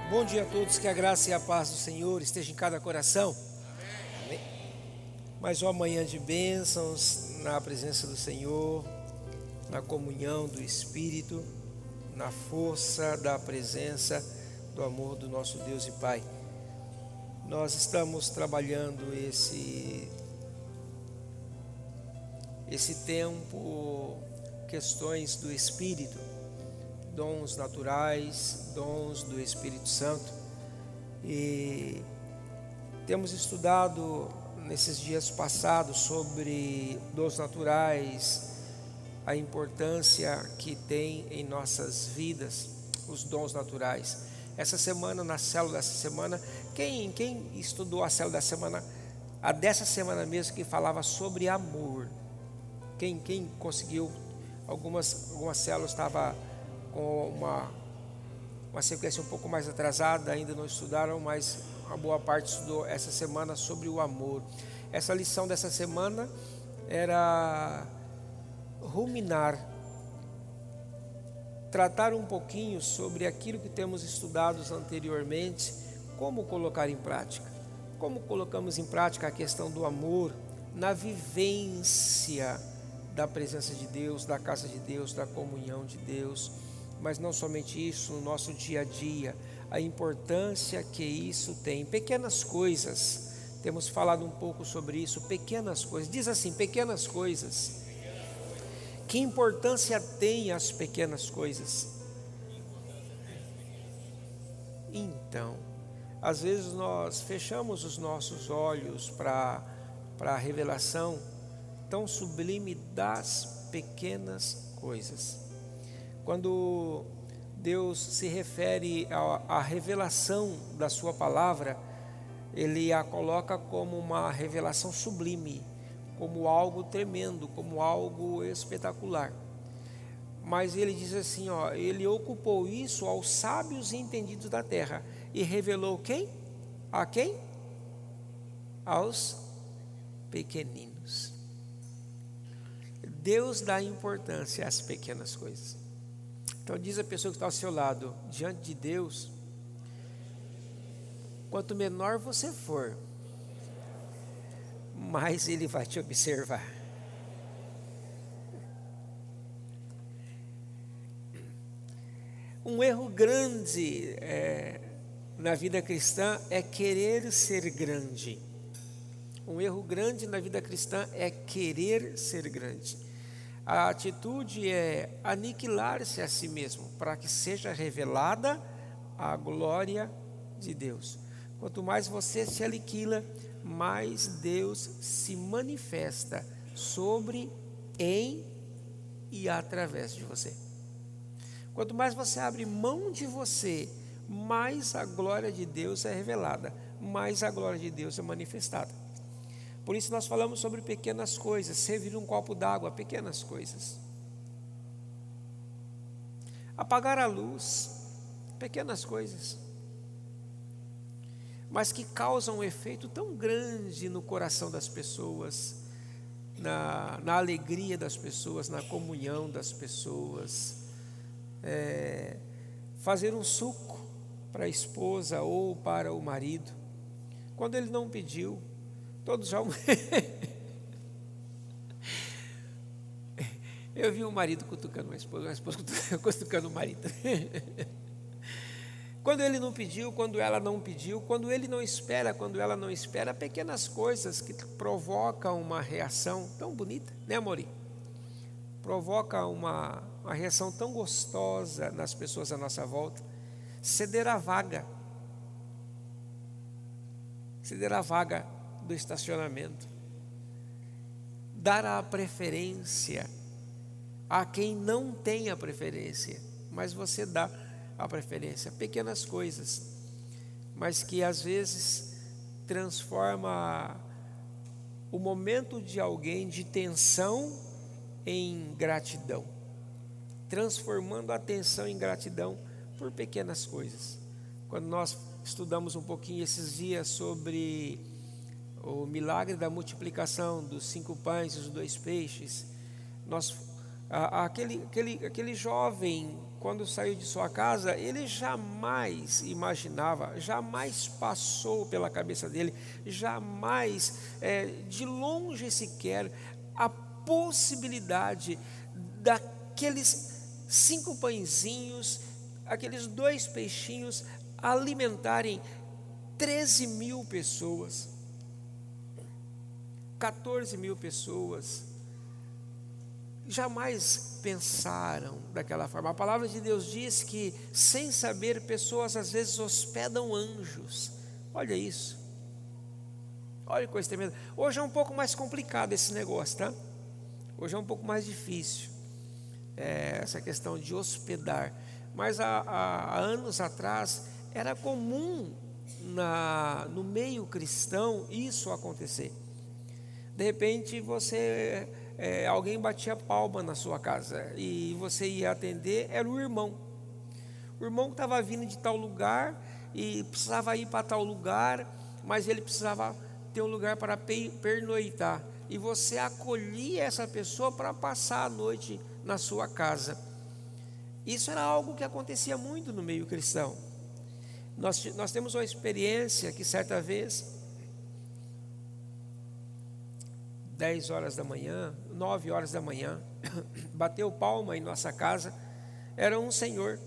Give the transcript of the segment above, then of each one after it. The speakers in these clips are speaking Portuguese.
Bom dia a todos, que a graça e a paz do Senhor esteja em cada coração. Amém. Mais uma manhã de bênçãos na presença do Senhor, na comunhão do Espírito, na força da presença do amor do nosso Deus e Pai. Nós estamos trabalhando esse tempo, questões do Espírito, dons naturais, dons do Espírito Santo, e temos estudado nesses dias passados sobre dons naturais, a importância que tem em nossas vidas os dons naturais. Essa semana, na célula dessa semana, quem estudou a célula da semana, a dessa semana mesmo, que falava sobre amor? Quem conseguiu? Algumas células estavam com uma sequência um pouco mais atrasada, ainda não estudaram, mas uma boa parte estudou essa semana sobre o amor. Essa lição dessa semana era ruminar, tratar um pouquinho sobre aquilo que temos estudado anteriormente, como colocar em prática. Como colocamos em prática a questão do amor na vivência da presença de Deus, da casa de Deus, da comunhão de Deus. Mas não somente isso, no nosso dia a dia, a importância que isso tem. Pequenas coisas, temos falado um pouco sobre isso, pequenas coisas. Diz assim, pequenas coisas. Que importância tem as pequenas coisas? Então, às vezes nós fechamos os nossos olhos para a revelação tão sublime das pequenas coisas. Quando Deus se refere à revelação da sua palavra, Ele a coloca como uma revelação sublime, como algo tremendo, como algo espetacular. Mas Ele diz assim, Ele ocupou isso aos sábios e entendidos da terra e revelou quem? A quem? Aos pequeninos. Deus dá importância às pequenas coisas. Então diz a pessoa que está ao seu lado, diante de Deus, quanto menor você for, mais Ele vai te observar. Um erro grande na vida cristã é querer ser grande. Um erro grande na vida cristã é querer ser grande. A atitude é aniquilar-se a si mesmo, para que seja revelada a glória de Deus. Quanto mais você se aniquila, mais Deus se manifesta sobre, em e através de você. Quanto mais você abre mão de você, mais a glória de Deus é revelada, mais a glória de Deus é manifestada. Por isso nós falamos sobre pequenas coisas, servir um copo d'água, pequenas coisas. Apagar a luz, pequenas coisas. Mas que causam um efeito tão grande no coração das pessoas, na alegria das pessoas, na comunhão das pessoas. Fazer um suco para a esposa ou para o marido, quando ele não pediu. Todos já... Eu vi o marido cutucando a esposa cutucando o marido. Quando ele não pediu, quando ela não pediu, quando ele não espera, quando ela não espera, pequenas coisas que provocam uma reação tão bonita, né, Amori? Provoca uma reação tão gostosa nas pessoas à nossa volta. Ceder a vaga do estacionamento, dar a preferência a quem não tem a preferência, mas você dá a preferência. Pequenas coisas, mas que às vezes transforma o momento de alguém de tensão em gratidão, transformando a tensão em gratidão por pequenas coisas. Quando nós estudamos um pouquinho esses dias sobre o milagre da multiplicação dos 5 pães e os 2 peixes, aquele jovem quando saiu de sua casa, ele jamais imaginava, jamais passou pela cabeça dele, jamais, de longe sequer, a possibilidade daqueles 5 pãezinhos, aqueles 2 peixinhos alimentarem 13.000 pessoas, 14.000 pessoas. Jamais pensaram daquela forma. A palavra de Deus diz que, sem saber, pessoas às vezes hospedam anjos. Olha isso. Olha que coisa tremenda. Hoje é um pouco mais complicado esse negócio, tá? Hoje é um pouco mais difícil, essa questão de hospedar. Mas há anos atrás era comum no meio cristão isso acontecer. De repente alguém batia palma na sua casa e você ia atender, era o irmão. O irmão que estava vindo de tal lugar e precisava ir para tal lugar, mas ele precisava ter um lugar para pernoitar. E você acolhia essa pessoa para passar a noite na sua casa. Isso era algo que acontecia muito no meio cristão. Nós temos uma experiência que certa vez, 10 horas da manhã, 9 horas da manhã, bateu palma em nossa casa. Era um senhor,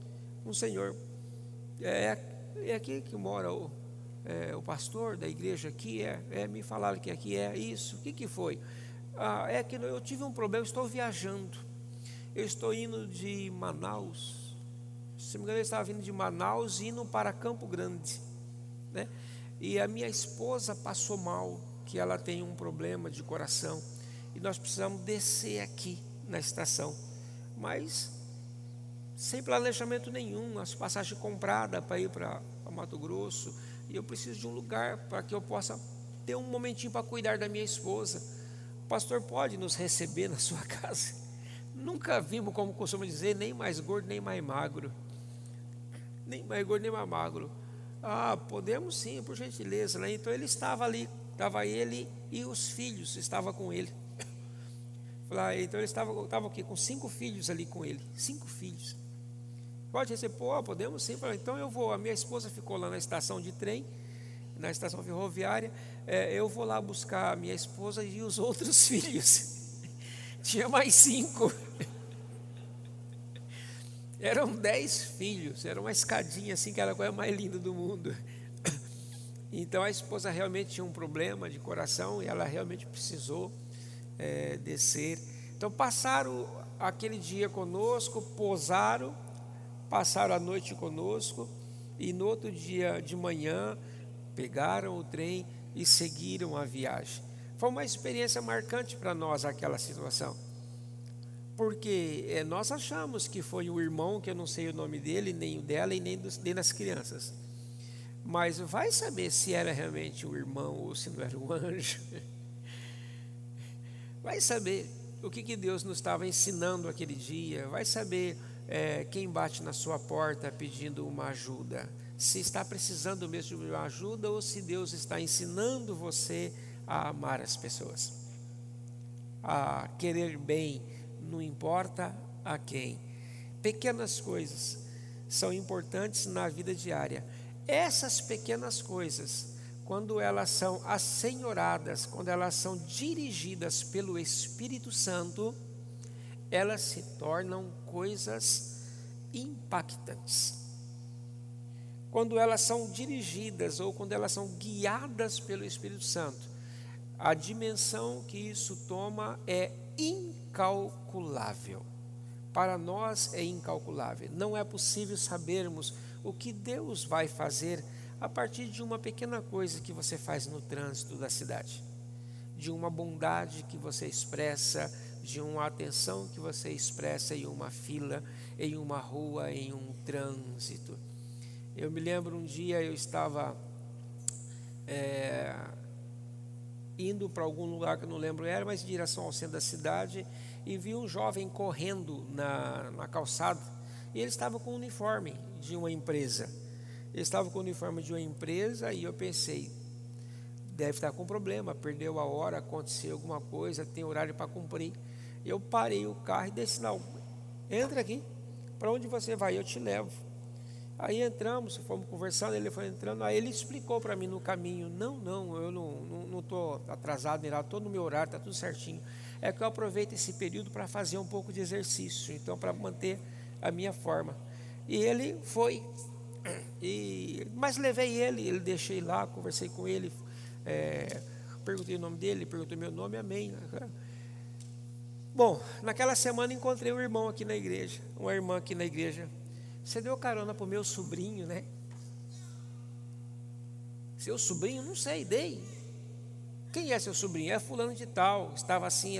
é aqui que mora o pastor da igreja aqui, me falaram que aqui é isso. O que foi? É que eu tive um problema, eu estou viajando, eu estou indo de Manaus, se não me engano eu estava vindo de Manaus indo para Campo Grande, né? E a minha esposa passou mal, que ela tem um problema de coração, e nós precisamos descer aqui na estação, mas sem planejamento nenhum, as passagens compradas para ir para Mato Grosso, e eu preciso de um lugar para que eu possa ter um momentinho para cuidar da minha esposa. O pastor pode nos receber na sua casa? Nunca vimos, como costuma dizer, nem mais gordo nem mais magro, nem mais gordo nem mais magro. Podemos sim, por gentileza, né? Então ele estava ali, estava ele e os filhos estavam com ele. Então ele estava aqui com 5 filhos ali com ele, 5 filhos. Pode receber? Podemos sim. Então eu vou. A minha esposa ficou lá na estação de trem, na estação ferroviária. Eu vou lá buscar a minha esposa e os outros filhos. Tinha mais 5. Eram 10 filhos. Era uma escadinha assim, que era a coisa mais linda do mundo. Então a esposa realmente tinha um problema de coração e ela realmente precisou descer. Então passaram aquele dia conosco, passaram a noite conosco, e no outro dia de manhã pegaram o trem e seguiram a viagem. Foi uma experiência marcante para nós aquela situação, porque nós achamos que foi o irmão, que eu não sei o nome dele, nem o dela e nem das crianças, mas vai saber se era realmente o irmão ou se não era um anjo. Vai saber o que Deus nos estava ensinando aquele dia. Vai saber quem bate na sua porta pedindo uma ajuda, se está precisando mesmo de uma ajuda, ou se Deus está ensinando você a amar as pessoas, a querer bem, não importa a quem. Pequenas coisas são importantes na vida diária. Essas pequenas coisas, quando elas são assenhoradas, quando elas são dirigidas pelo Espírito Santo, elas se tornam coisas impactantes. Quando elas são dirigidas ou quando elas são guiadas pelo Espírito Santo, a dimensão que isso toma é incalculável. Para nós é incalculável. Não é possível sabermos o que Deus vai fazer a partir de uma pequena coisa que você faz no trânsito da cidade, de uma bondade que você expressa, de uma atenção que você expressa em uma fila, em uma rua, em um trânsito. Eu me lembro um dia eu estava indo para algum lugar que eu não lembro era, mas em direção ao centro da cidade, e vi um jovem correndo na calçada, e ele estava com o uniforme de uma empresa. Ele estava com o uniforme de uma empresa e eu pensei, deve estar com problema, perdeu a hora, aconteceu alguma coisa, tem horário para cumprir. Eu parei o carro e dei sinal, entra aqui. para onde você vai? Eu te levo. Aí entramos, fomos conversando, ele foi entrando, aí ele explicou para mim no caminho, não, eu não estou atrasado nem nada, estou no meu horário, está tudo certinho. É que eu aproveito esse período para fazer um pouco de exercício, então para manter a minha forma. E ele foi, mas levei ele deixei lá, conversei com ele, perguntei o nome dele, perguntei meu nome, amém. Bom, naquela semana encontrei um irmão aqui na igreja, uma irmã aqui na igreja. Você deu carona para o meu sobrinho, né? Seu sobrinho? Não sei, dei. Quem é seu sobrinho? É fulano de tal, estava assim.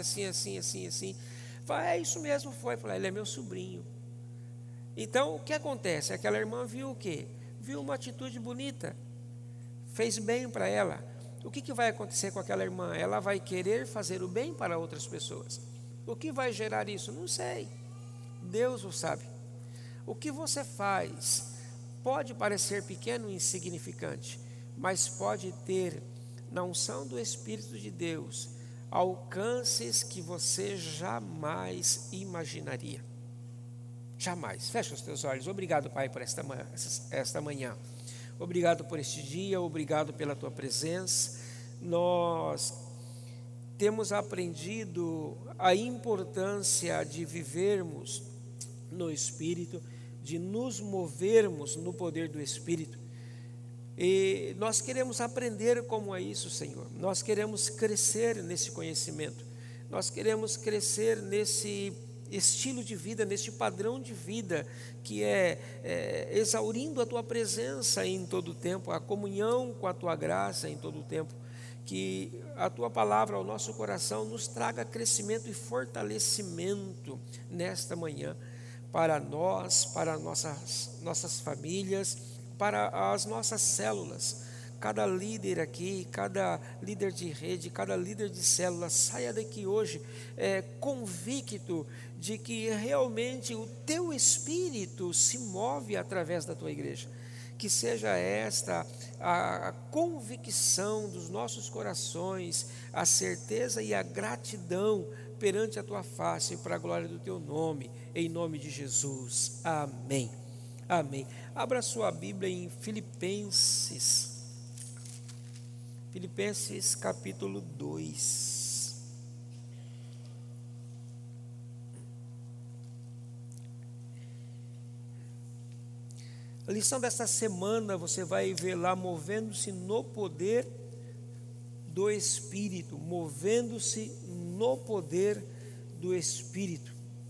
Falei, é isso mesmo, foi. Falei, ele é meu sobrinho. Então, o que acontece? Aquela irmã viu o quê? Viu uma atitude bonita, fez bem para ela. O que vai acontecer com aquela irmã? Ela vai querer fazer o bem para outras pessoas. O que vai gerar isso? Não sei. Deus o sabe. O que você faz pode parecer pequeno e insignificante, mas pode ter, na unção do Espírito de Deus, alcances que você jamais imaginaria. Jamais. Fecha os teus olhos. Obrigado, Pai, por esta manhã. Obrigado por este dia, obrigado pela Tua presença. Nós temos aprendido a importância de vivermos no Espírito, de nos movermos no poder do Espírito. E nós queremos aprender como é isso, Senhor. Nós queremos crescer nesse conhecimento. Nós queremos crescer nesse estilo de vida, nesse padrão de vida que é exaurindo a Tua presença em todo o tempo, a comunhão com a Tua graça em todo o tempo. Que a Tua palavra ao nosso coração nos traga crescimento e fortalecimento nesta manhã, para nós, para nossas famílias, para as nossas células. Cada líder aqui, cada líder de rede, cada líder de célula, saia daqui hoje convicto de que realmente o Teu Espírito se move através da Tua igreja. Que seja esta a convicção dos nossos corações, a certeza e a gratidão perante a Tua face, para a glória do Teu nome, em nome de Jesus, amém, amém. Abra sua Bíblia em Filipenses capítulo 2. A lição desta semana você vai ver lá, movendo-se no poder do Espírito, movendo-se no poder do Espírito.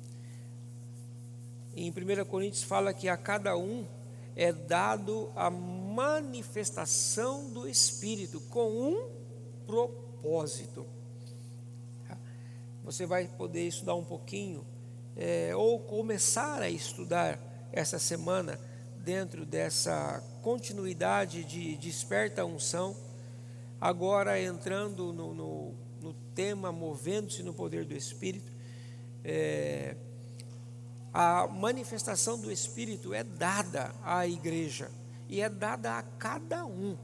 Em 1 Coríntios fala que a cada um é dado a manifestação do Espírito com um propósito. Você vai poder estudar um pouquinho, ou começar a estudar essa semana, dentro dessa continuidade de desperta unção, agora entrando no tema movendo-se no poder do Espírito. A manifestação do Espírito é dada à igreja, e é dada a cada um,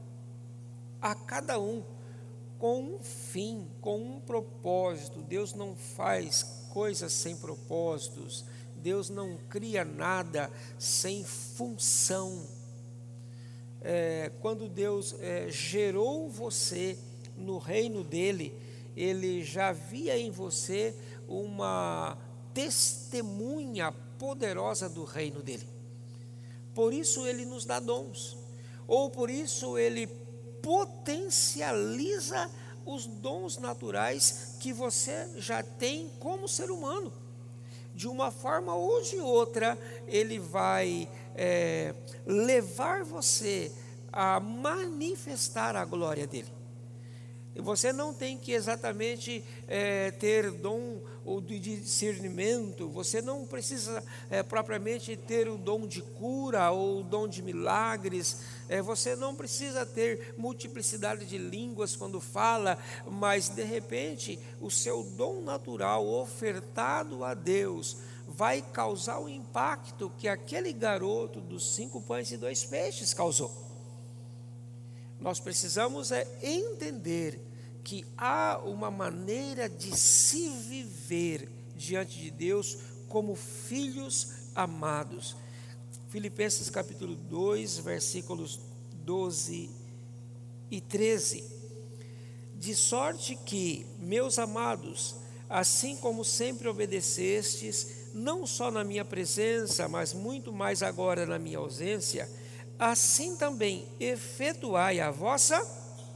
com um fim, com um propósito. Deus não faz coisas sem propósitos, Deus não cria nada sem função. Quando Deus gerou você no reino dele, Ele já via em você uma testemunha poderosa do reino dele. Por isso Ele nos dá dons, ou por isso Ele potencializa os dons naturais que você já tem como ser humano. De uma forma ou de outra, Ele vai levar você a manifestar a glória dele. E você não tem que exatamente ter dom ou de discernimento, você não precisa propriamente ter o dom de cura ou o dom de milagres, você não precisa ter multiplicidade de línguas quando fala, mas de repente o seu dom natural ofertado a Deus vai causar o impacto que aquele garoto dos 5 pães e 2 peixes causou. Nós precisamos entender que há uma maneira de se viver diante de Deus como filhos amados. Filipenses capítulo 2, versículos 12 e 13. De sorte que, meus amados, assim como sempre obedecestes, não só na minha presença, mas muito mais agora na minha ausência, assim também efetuai a vossa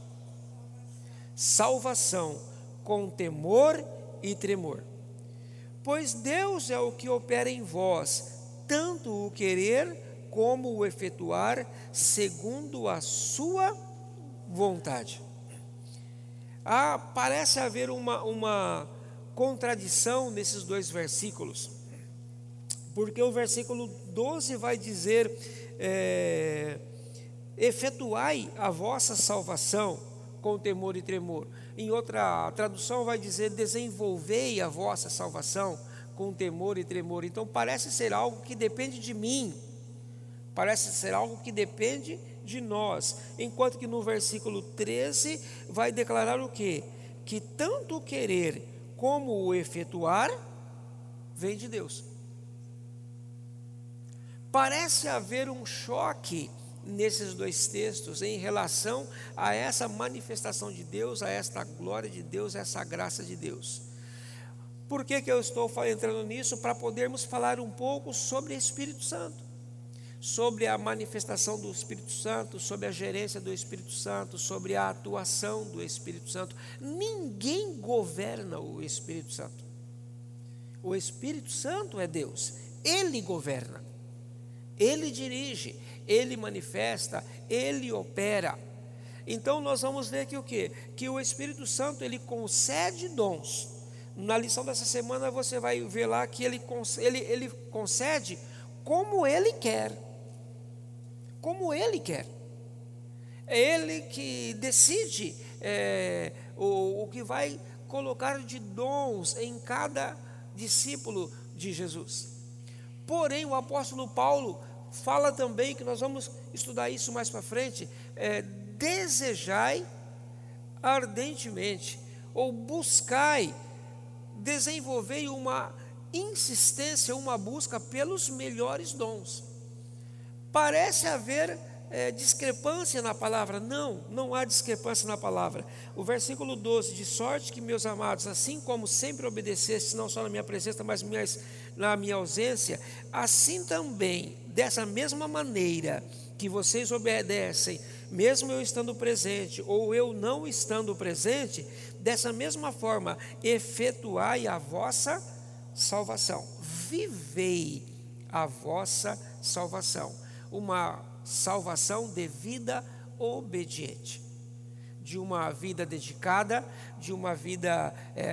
salvação com temor e tremor. Pois Deus é o que opera em vós, tanto o querer como o efetuar, segundo a sua vontade. Parece haver uma contradição nesses dois versículos, porque o versículo 12 vai dizer, efetuai a vossa salvação com temor e tremor. Em outra tradução vai dizer, desenvolvei a vossa salvação com temor e tremor. Então parece ser algo que depende de mim, parece ser algo que depende de nós, enquanto que no versículo 13 vai declarar o quê? Que tanto o querer como o efetuar vem de Deus. Parece haver um choque nesses dois textos em relação a essa manifestação de Deus, a esta glória de Deus, a essa graça de Deus. Por que eu estou entrando nisso? Para podermos falar um pouco sobre o Espírito Santo, sobre a manifestação do Espírito Santo, sobre a gerência do Espírito Santo, sobre a atuação do Espírito Santo. Ninguém governa o Espírito Santo. O Espírito Santo é Deus, Ele governa, Ele dirige, Ele manifesta, Ele opera. Então nós vamos ver que o quê? Que o Espírito Santo, Ele concede dons. Na lição dessa semana você vai ver lá que Ele concede como Ele quer. Como Ele quer. É Ele que decide o que vai colocar de dons em cada discípulo de Jesus. Porém, o apóstolo Paulo fala também, que nós vamos estudar isso mais para frente, desejai ardentemente, ou buscai, desenvolvei uma insistência, uma busca pelos melhores dons. Parece haver discrepância na palavra. Não há discrepância na palavra. O versículo 12, de sorte que, meus amados, assim como sempre obedecestes, não só na minha presença, mas na minha ausência, assim também, dessa mesma maneira que vocês obedecem, mesmo eu estando presente ou eu não estando presente, dessa mesma forma, efetuai a vossa salvação, vivei a vossa salvação, uma salvação de vida obediente, de uma vida dedicada, de uma vida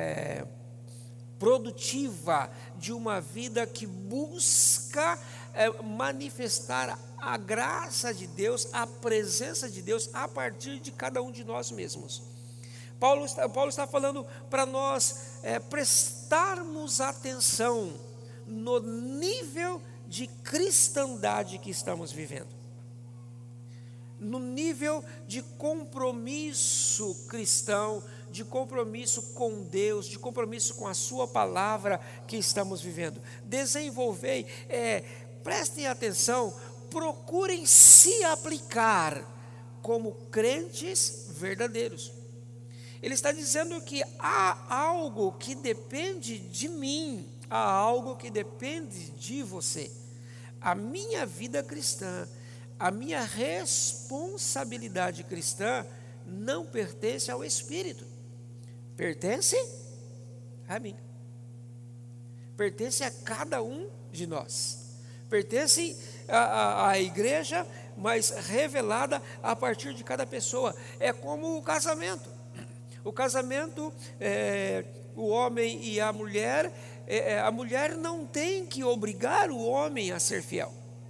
produtiva, de uma vida que busca manifestar a graça de Deus, a presença de Deus a partir de cada um de nós mesmos. Paulo está falando para nós prestarmos atenção no nível de cristandade que estamos vivendo, no nível de compromisso cristão, de compromisso com Deus, de compromisso com a sua palavra que estamos vivendo. Desenvolvei, prestem atenção, procurem se aplicar como crentes verdadeiros. Ele está dizendo que há algo que depende de mim, há algo que depende de você. A minha vida cristã, a minha responsabilidade cristã não pertence ao Espírito, pertence a mim, pertence a cada um de nós, pertence à igreja, mas revelada a partir de cada pessoa. É como o casamento. O casamento, o homem e a mulher não tem que obrigar o homem a ser fiel.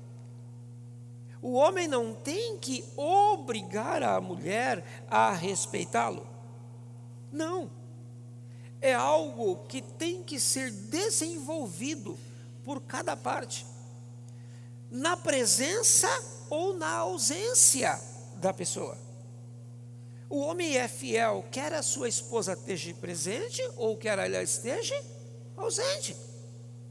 O homem não tem que obrigar a mulher a respeitá-lo. Não. É algo que tem que ser desenvolvido por cada parte, na presença ou na ausência da pessoa. O homem é fiel, quer a sua esposa esteja presente ou quer ela esteja ausente.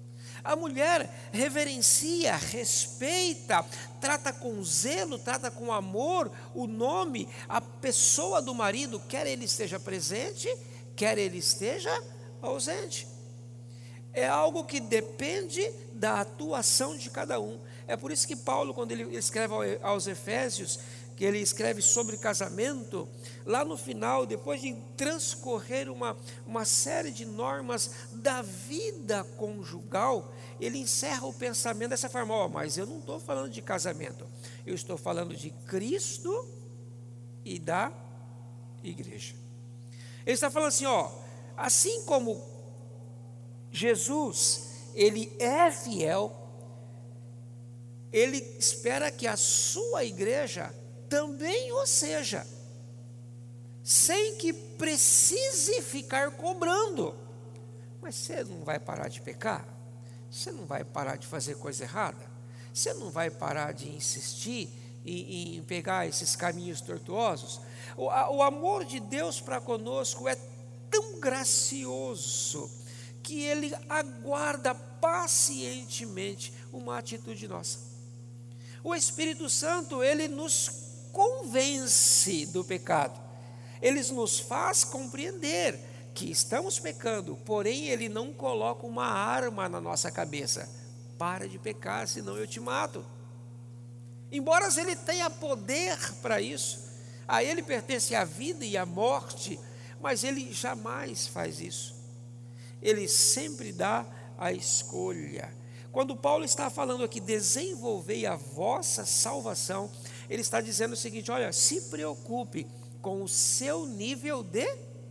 A mulher reverencia, respeita, trata com zelo, trata com amor o nome, a pessoa do marido, quer ele esteja presente, quer ele esteja ausente. É algo que depende da atuação de cada um. É por isso que Paulo, quando ele escreve aos Efésios, que ele escreve sobre casamento, lá no final, depois de transcorrer uma série de normas da vida conjugal, ele encerra o pensamento dessa forma: mas eu não estou falando de casamento, eu estou falando de Cristo e da igreja. Ele está falando assim, assim como Jesus, ele é fiel, ele espera que a sua igreja também o seja, sem que precise ficar cobrando. Mas você não vai parar de pecar? Você não vai parar de fazer coisa errada? Você não vai parar de insistir em pegar esses caminhos tortuosos? O amor de Deus para conosco é tão gracioso que Ele aguarda pacientemente uma atitude nossa. O Espírito Santo, Ele nos convence do pecado, Ele nos faz compreender que estamos pecando, porém Ele não coloca uma arma na nossa cabeça: para de pecar, senão eu te mato. Embora Ele tenha poder para isso, a Ele pertence a vida e a morte, mas Ele jamais faz isso. Ele sempre dá a escolha. Quando Paulo está falando aqui, desenvolvei a vossa salvação, ele está dizendo o seguinte: olha, se preocupe com o seu nível de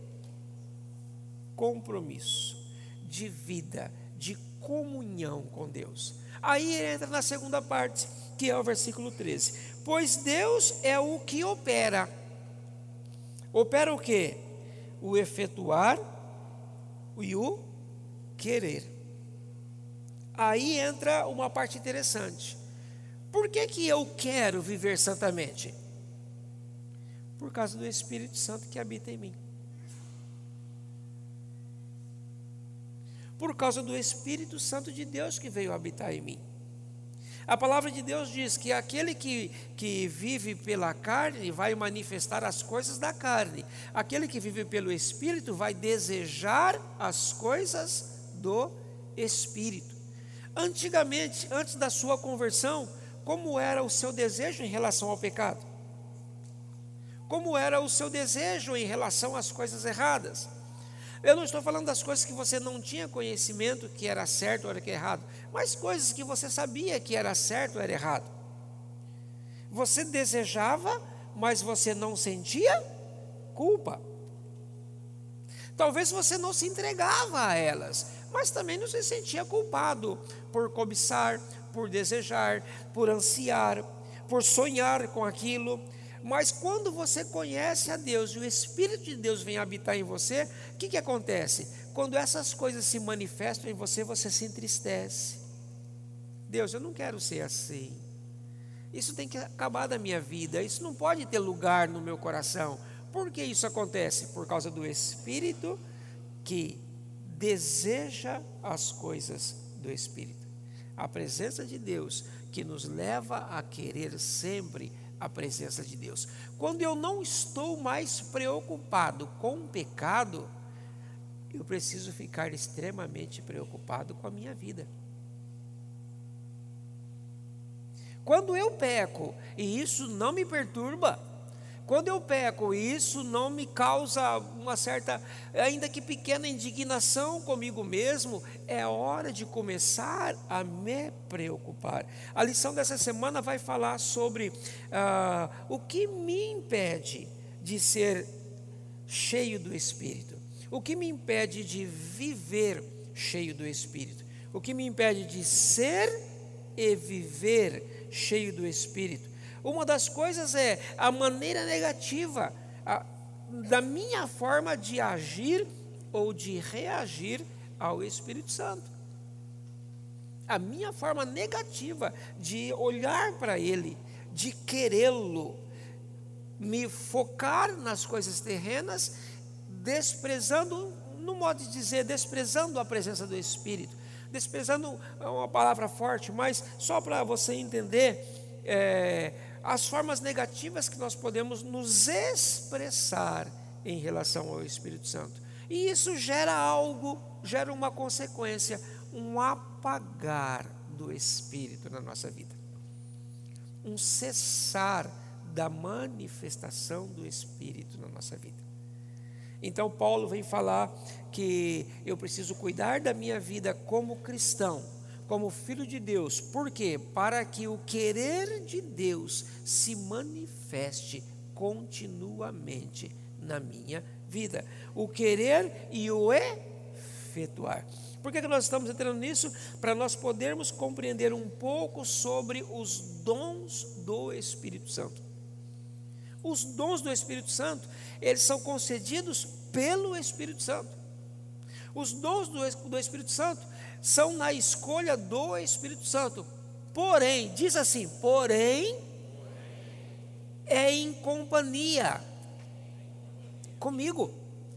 compromisso, de vida, de comunhão com Deus. Aí ele entra na segunda parte, que é o versículo 13. Pois Deus é o que opera. Opera o quê? O efetuar e o querer. Aí entra uma parte interessante. Por que eu quero viver santamente? Por causa do Espírito Santo que habita em mim. Por causa do Espírito Santo de Deus que veio habitar em mim. A palavra de Deus diz que aquele que vive pela carne vai manifestar as coisas da carne. Aquele que vive pelo Espírito vai desejar as coisas do Espírito. Antigamente, antes da sua conversão, como era o seu desejo em relação ao pecado? Como era o seu desejo em relação às coisas erradas? Eu não estou falando das coisas que você não tinha conhecimento que era certo ou era errado, mas coisas que você sabia que era certo ou era errado. Você desejava, mas você não sentia culpa. Talvez você não se entregava a elas, mas também não se sentia culpado por cobiçar, por desejar, por ansiar, por sonhar com aquilo. Mas quando você conhece a Deus e o Espírito de Deus vem habitar em você, o que acontece? Quando essas coisas se manifestam em você, você se entristece. Deus, eu não quero ser assim. Isso tem que acabar da minha vida, isso não pode ter lugar no meu coração. Por que isso acontece? Por causa do Espírito que deseja as coisas do Espírito. A presença de Deus que nos leva a querer sempre a presença de Deus. Quando eu não estou mais preocupado com o pecado, eu preciso ficar extremamente preocupado com a minha vida. Quando eu peco e isso não me perturba, quando eu peco e isso não me causa uma certa, ainda que pequena indignação comigo mesmo, é hora de começar a me preocupar. A lição dessa semana vai falar sobre o que me impede de ser cheio do Espírito, o que me impede de viver cheio do Espírito, o que me impede de ser e viver cheio do Espírito. Uma das coisas é a maneira negativa da minha forma de agir ou de reagir ao Espírito Santo. A minha forma negativa de olhar para Ele, de querê-lo, me focar nas coisas terrenas, desprezando, no modo de dizer, desprezando a presença do Espírito, desprezando é uma palavra forte, mas só para você entender as formas negativas que nós podemos nos expressar em relação ao Espírito Santo. E isso gera algo, gera uma consequência, um apagar do Espírito na nossa vida, um cessar da manifestação do Espírito na nossa vida. Então Paulo vem falar que eu preciso cuidar da minha vida como cristão, como filho de Deus. Por quê? Para que o querer de Deus se manifeste continuamente na minha vida. O querer e o efetuar. Por que nós estamos entrando nisso? Para nós podermos compreender um pouco sobre os dons do Espírito Santo. Os dons do Espírito Santo, eles são concedidos pelo Espírito Santo. Os dons do Espírito Santo são na escolha do Espírito Santo. Porém, diz assim, porém, é em companhia comigo.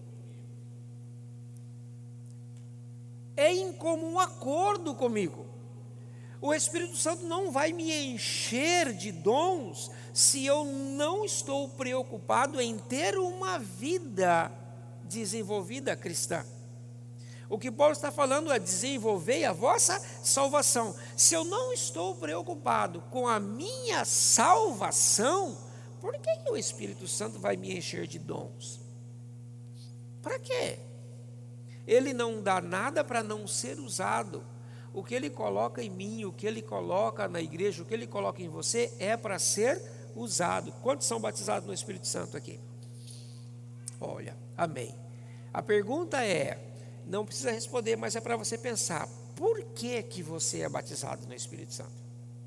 É em comum acordo comigo. O Espírito Santo não vai me encher de dons se eu não estou preocupado em ter uma vida desenvolvida cristã. O que Paulo está falando é desenvolver a vossa salvação. Se eu não estou preocupado com a minha salvação, por que o Espírito Santo vai me encher de dons? Para quê? Ele não dá nada para não ser usado. O que Ele coloca em mim, o que Ele coloca na igreja, o que Ele coloca em você é para ser usado. Quantos são batizados no Espírito Santo aqui? Olha, amém. A pergunta é, não precisa responder, mas é para você pensar, por que você é batizado no Espírito Santo?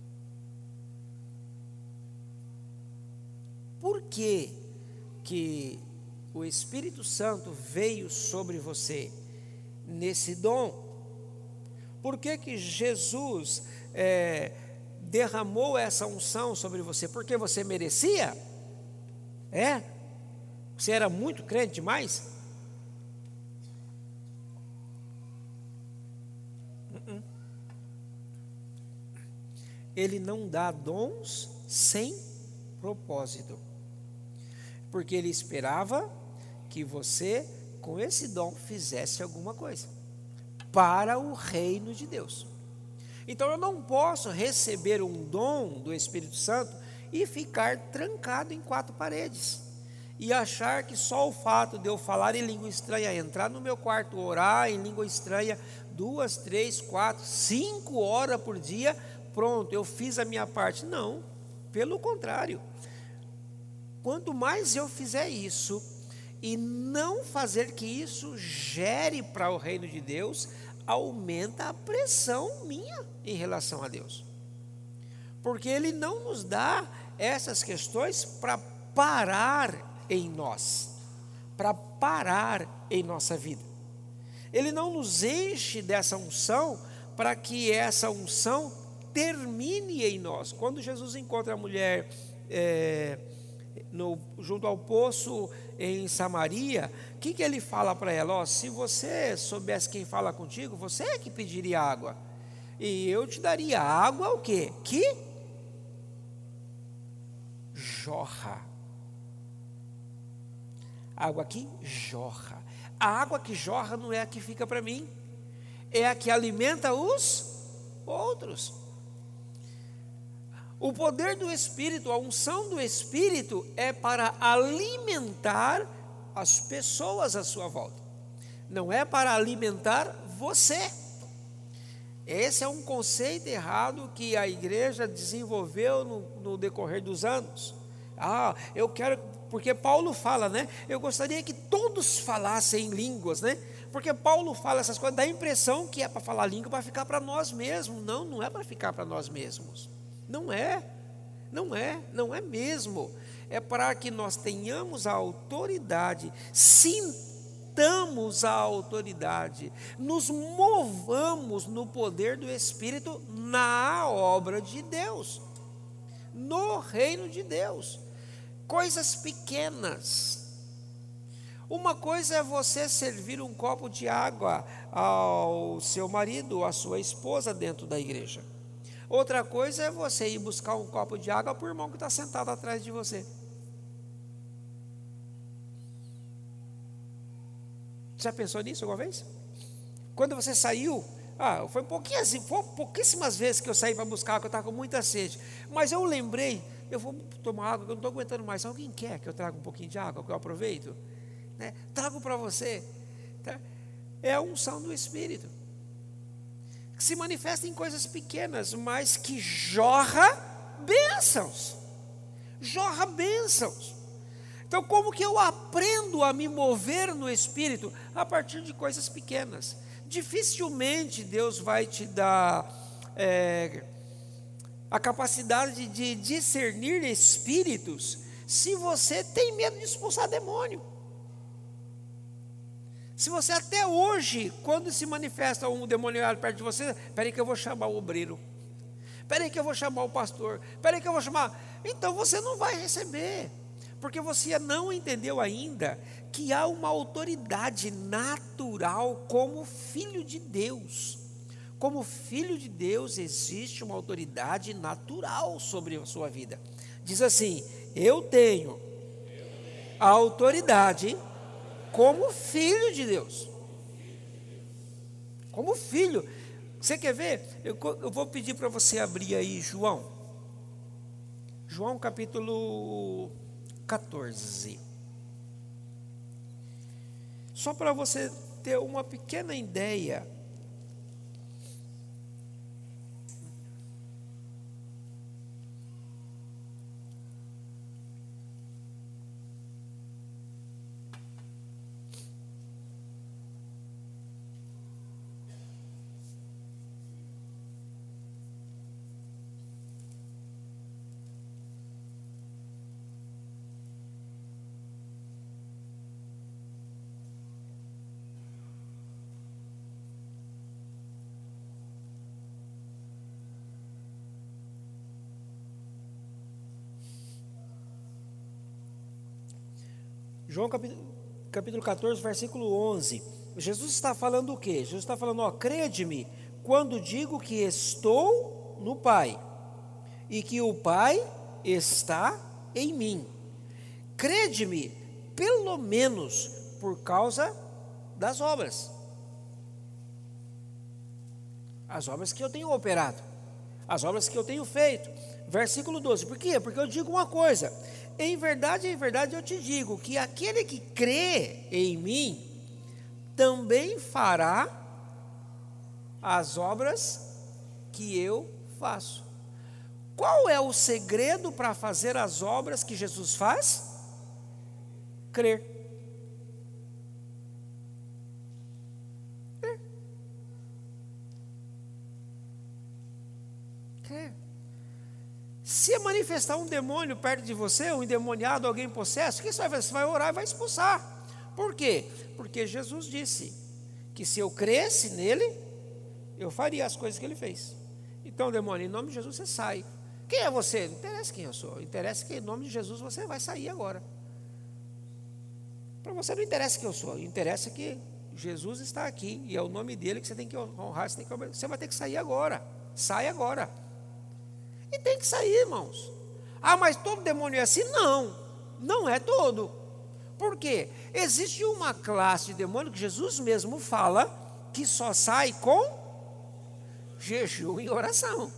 Por que o Espírito Santo veio sobre você nesse dom? Por que Jesus derramou essa unção sobre você? Porque você merecia? Você era muito crente demais? Ele não dá dons sem propósito, porque Ele esperava que você, com esse dom, fizesse alguma coisa para o reino de Deus. Então eu não posso receber um dom do Espírito Santo e ficar trancado em quatro paredes e achar que só o fato de eu falar em língua estranha, entrar no meu quarto, orar em língua estranha 2, 3, 4, 5 horas por dia, pronto, eu fiz a minha parte. Não, pelo contrário, quanto mais eu fizer isso e não fazer que isso gere para o reino de Deus, aumenta a pressão minha em relação a Deus, porque Ele não nos dá essas questões para parar em nós, para parar em nossa vida. Ele não nos enche dessa unção para que essa unção termine em nós. Quando Jesus encontra a mulher junto ao poço em Samaria, o que Ele fala para ela? Se você soubesse quem fala contigo, você é que pediria água, e eu te daria água o quê? Que jorra. Água que jorra. A água que jorra não é a que fica para mim, é a que alimenta os outros. O poder do Espírito, a unção do Espírito é para alimentar as pessoas à sua volta, não é para alimentar você. Esse é um conceito errado que a igreja desenvolveu no decorrer dos anos. Eu quero, porque Paulo fala, né? Eu gostaria que todos falassem em línguas, né? Porque Paulo fala essas coisas, dá a impressão que é para falar língua para ficar para nós mesmos. Não, não é para ficar para nós mesmos. Não é mesmo. É para que nós tenhamos a autoridade, sintamos a autoridade, nos movamos no poder do Espírito na obra de Deus, no reino de Deus. Coisas pequenas. Uma coisa é você servir um copo de água ao seu marido, à sua esposa dentro da igreja. Outra coisa é você ir buscar um copo de água para o irmão que está sentado atrás de você. Já pensou nisso alguma vez? Quando você saiu, foi pouquíssimas vezes que eu saí para buscar água, eu estava com muita sede. Mas eu lembrei, eu vou tomar água, que eu não estou aguentando mais. Alguém quer que eu traga um pouquinho de água, que eu aproveito? Né? Trago para você. Tá? É a unção do Espírito, que se manifesta em coisas pequenas, mas que jorra bênçãos. Jorra bênçãos. Então, como que eu aprendo a me mover no Espírito? A partir de coisas pequenas. Dificilmente Deus vai te dar a capacidade de discernir espíritos se você tem medo de expulsar demônio. Se você até hoje, quando se manifesta um demoniado perto de você, peraí que eu vou chamar o obreiro, peraí que eu vou chamar o pastor, peraí que eu vou chamar, então você não vai receber, porque você não entendeu ainda que há uma autoridade natural como filho de Deus. Como filho de Deus existe uma autoridade natural sobre a sua vida. Diz assim: eu tenho a autoridade como filho de Deus. Como filho. Você quer ver? Eu vou pedir para você abrir aí João capítulo 14. Só para você ter uma pequena ideia. João capítulo 14, versículo 11. Jesus está falando o quê? Jesus está falando, crede-me quando digo que estou no Pai e que o Pai está em mim. Crede-me, pelo menos por causa das obras. As obras que eu tenho operado, as obras que eu tenho feito. Versículo 12, por quê? Porque eu digo uma coisa: em verdade eu te digo que aquele que crê em mim também fará as obras que eu faço. Qual é o segredo para fazer as obras que Jesus faz? Crer. Crer. Se manifestar um demônio perto de você, um endemoniado, alguém possesso, o que você vai fazer? Você vai orar e vai expulsar. Por quê? Porque Jesus disse que se eu cresce nele, eu faria as coisas que ele fez. Então, demônio, em nome de Jesus você sai. Quem é você? Não interessa quem eu sou, interessa que em nome de Jesus você vai sair agora. Para você não interessa quem eu sou, interessa que Jesus está aqui e é o nome dele que você tem que honrar, você vai ter que sair agora. Sai agora. E tem que sair, irmãos. Mas todo demônio é assim? Não, não é todo. Por quê? Existe uma classe de demônio que Jesus mesmo fala que só sai com jejum e oração.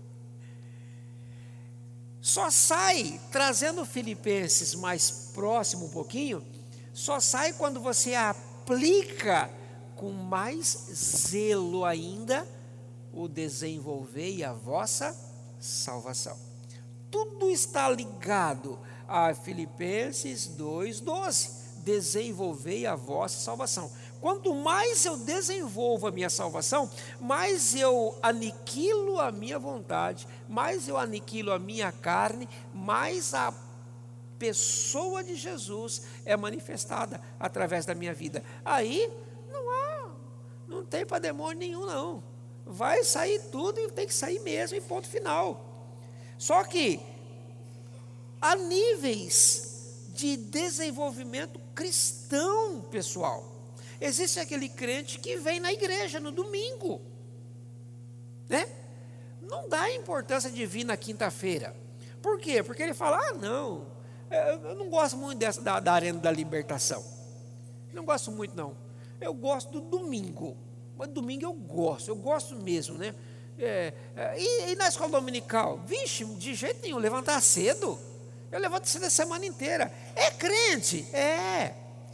Só sai, trazendo Filipenses mais próximo um pouquinho, só sai quando você aplica com mais zelo ainda o desenvolver a vossa salvação. Tudo está ligado a Filipenses 2:12. Desenvolvei a vossa salvação. Quanto mais eu desenvolvo a minha salvação, mais eu aniquilo a minha vontade, mais eu aniquilo a minha carne, mais a pessoa de Jesus é manifestada através da minha vida. Aí não tem para demônio nenhum não. Vai sair tudo e tem que sair mesmo, em ponto final. Só que há níveis de desenvolvimento cristão pessoal. Existe aquele crente que vem na igreja no domingo, né? Não dá importância de vir na quinta-feira. Por quê? Porque ele fala, não, eu não gosto muito da Arena da Libertação. Não gosto muito não. Eu gosto do domingo. Mas domingo eu gosto mesmo, né? E na escola dominical? Vixe, de jeito nenhum, levantar cedo. Eu levanto cedo a semana inteira. É crente? É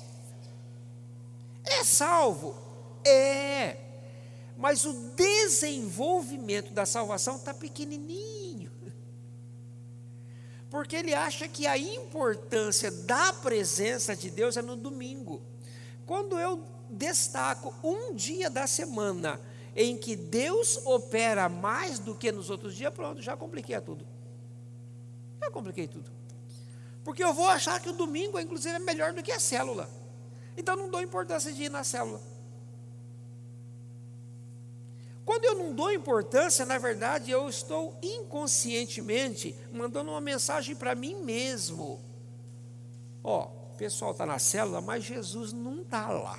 salvo? É. Mas o desenvolvimento da salvação está pequenininho. Porque ele acha que a importância da presença de Deus é no domingo. Quando eu destaco um dia da semana em que Deus opera mais do que nos outros dias, pronto, já compliquei tudo. Porque eu vou achar que o domingo, inclusive, é melhor do que a célula. Então não dou importância de ir na célula. Quando eu não dou importância, na verdade, eu estou inconscientemente mandando uma mensagem para mim mesmo. O pessoal está na célula, mas Jesus não está lá.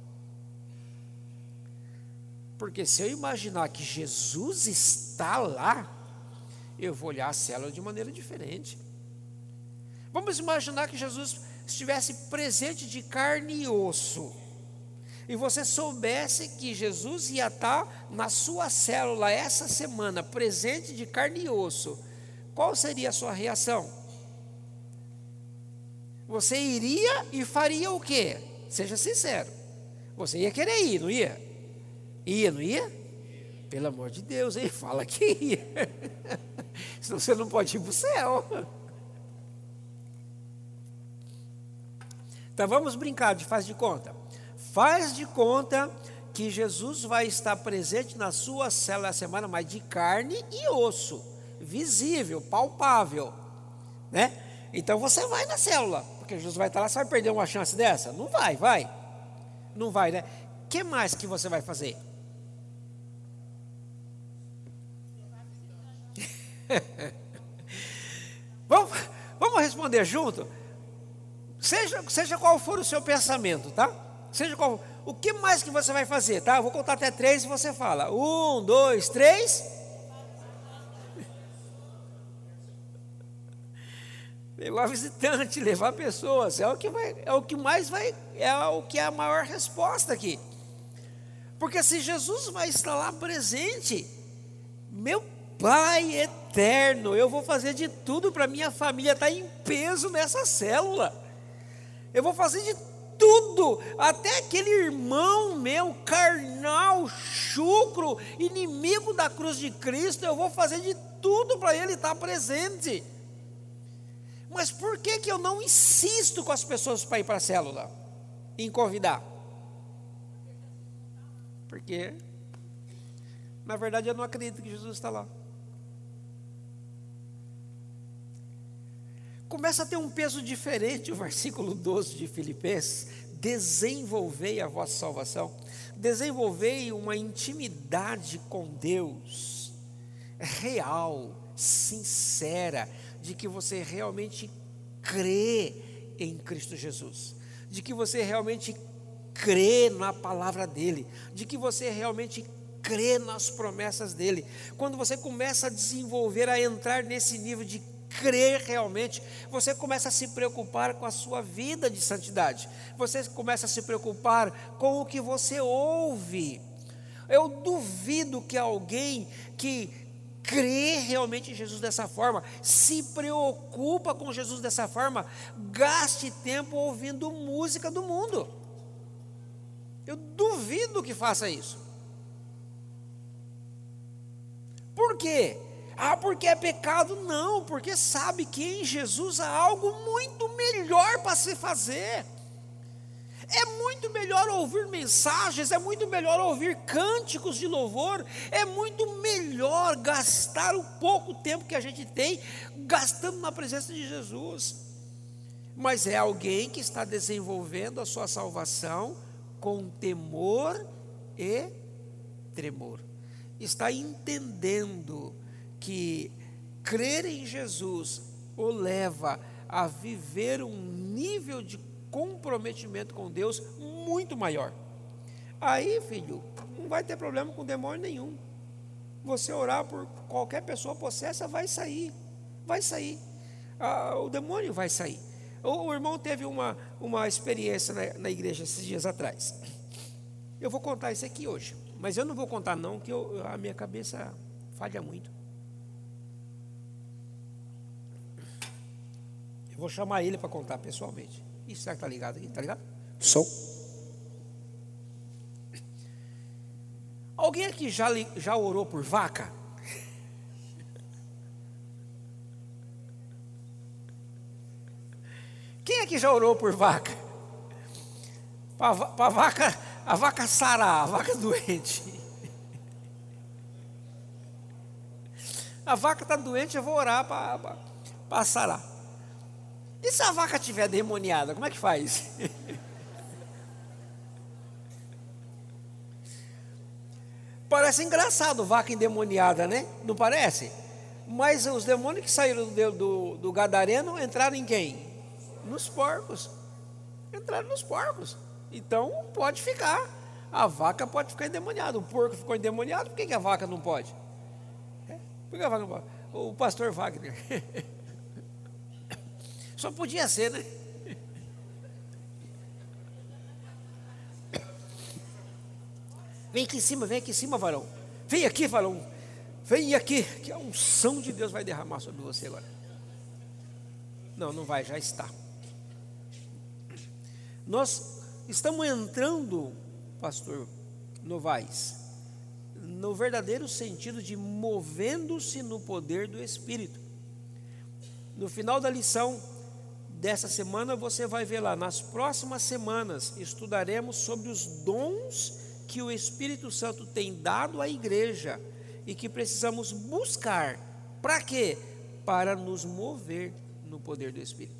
Porque se eu imaginar que Jesus está lá, eu vou olhar a célula de maneira diferente. Vamos imaginar que Jesus estivesse presente de carne e osso, e você soubesse que Jesus ia estar na sua célula essa semana, presente de carne e osso, qual seria a sua reação? Você iria e faria o quê? Seja sincero. Você ia querer ir, não ia? Ia, não ia? Pelo amor de Deus, hein? Fala que ia. Senão você não pode ir para o céu. Então vamos brincar de faz de conta. Faz de conta que Jesus vai estar presente na sua célula a semana, mas de carne e osso, visível, palpável, né? Então você vai na célula, porque Jesus vai estar lá. Você vai perder uma chance dessa? Não vai. Não vai, né? O que mais que você vai fazer? Vamos responder junto? Seja qual for o seu pensamento, tá? O que mais que você vai fazer, tá? Eu vou contar até 3 e você fala. 1, 2, 3. Levar visitante, levar pessoas, é o que é a maior resposta aqui. Porque se Jesus vai estar lá presente, meu Pai eterno, eu vou fazer de tudo para minha família estar em peso nessa célula. Eu vou fazer de tudo, até aquele irmão meu, carnal, chucro, inimigo da cruz de Cristo, eu vou fazer de tudo para ele estar presente. Mas por que eu não insisto com as pessoas para ir para a célula, em convidar? Porque, na verdade, eu não acredito que Jesus está lá. Começa a ter um peso diferente o versículo 12 de Filipenses. Desenvolvei a vossa salvação. Desenvolvei uma intimidade com Deus real, sincera, de que você realmente crê em Cristo Jesus, de que você realmente crê na palavra dele, de que você realmente crê nas promessas dele. Quando você começa a desenvolver, a entrar nesse nível de crer realmente, você começa a se preocupar com a sua vida de santidade, você começa a se preocupar com o que você ouve. Eu duvido que alguém que crê realmente em Jesus dessa forma, se preocupa com Jesus dessa forma, gaste tempo ouvindo música do mundo. Eu duvido que faça isso. Por quê? Porque é pecado? Não, porque sabe que em Jesus há algo muito melhor para se fazer. É muito melhor ouvir mensagens, é muito melhor ouvir cânticos de louvor, é muito melhor gastar o pouco tempo que a gente tem gastando na presença de Jesus. Mas é alguém que está desenvolvendo a sua salvação com temor e tremor. Está entendendo que crer em Jesus o leva a viver um nível de comprometimento com Deus muito maior. Aí, filho, não vai ter problema com demônio nenhum. Você orar por qualquer pessoa possessa, vai sair. O demônio vai sair. O irmão teve uma experiência na igreja esses dias atrás. Eu vou contar isso aqui hoje, mas eu não vou contar não, que a minha cabeça falha muito. Eu vou chamar ele para contar pessoalmente. Isso, será que está ligado aqui? Está ligado? Sou. Alguém aqui já orou por vaca? Quem aqui já orou por vaca? Para a vaca sarar, a vaca doente. A vaca está doente, eu vou orar para sarar. E se a vaca estiver demoniada, como é que faz? Parece engraçado vaca endemoniada, né? Não parece? Mas os demônios que saíram do gadareno entraram em quem? Nos porcos. Entraram nos porcos. Então pode ficar. A vaca pode ficar endemoniada. O porco ficou endemoniado, por que a vaca não pode? Por que a vaca não pode? O pastor Wagner. Só podia ser, né? Vem aqui em cima, varão. Vem aqui, varão. Vem aqui, que a unção de Deus vai derramar sobre você agora. Não vai, já está. Nós estamos entrando, pastor Novaes, no verdadeiro sentido de movendo-se no poder do Espírito. No final da lição dessa semana, você vai ver lá, nas próximas semanas, estudaremos sobre os dons que o Espírito Santo tem dado à igreja e que precisamos buscar. Para quê? Para nos mover no poder do Espírito.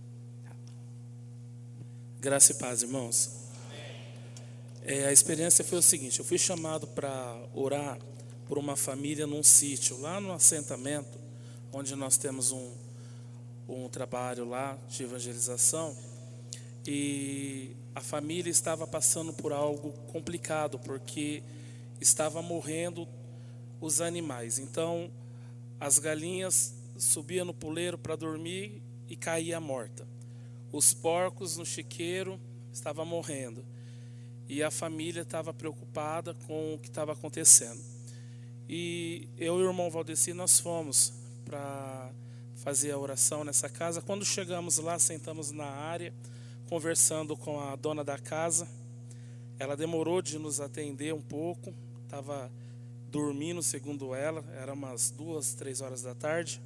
Graça e paz, irmãos. A experiência foi o seguinte: eu fui chamado para orar por uma família num sítio, lá no assentamento, onde nós temos um trabalho lá de evangelização, e a família estava passando por algo complicado, porque estava morrendo os animais. Então, as galinhas subiam no puleiro para dormir e caía morta. Os porcos no chiqueiro estavam morrendo. E a família estava preocupada com o que estava acontecendo. E eu e o irmão Valdeci, nós fomos para fazer a oração nessa casa. Quando chegamos lá, sentamos na área, conversando com a dona da casa. Ela demorou de nos atender um pouco, estava dormindo, segundo ela, era umas 2, 3 horas da tarde,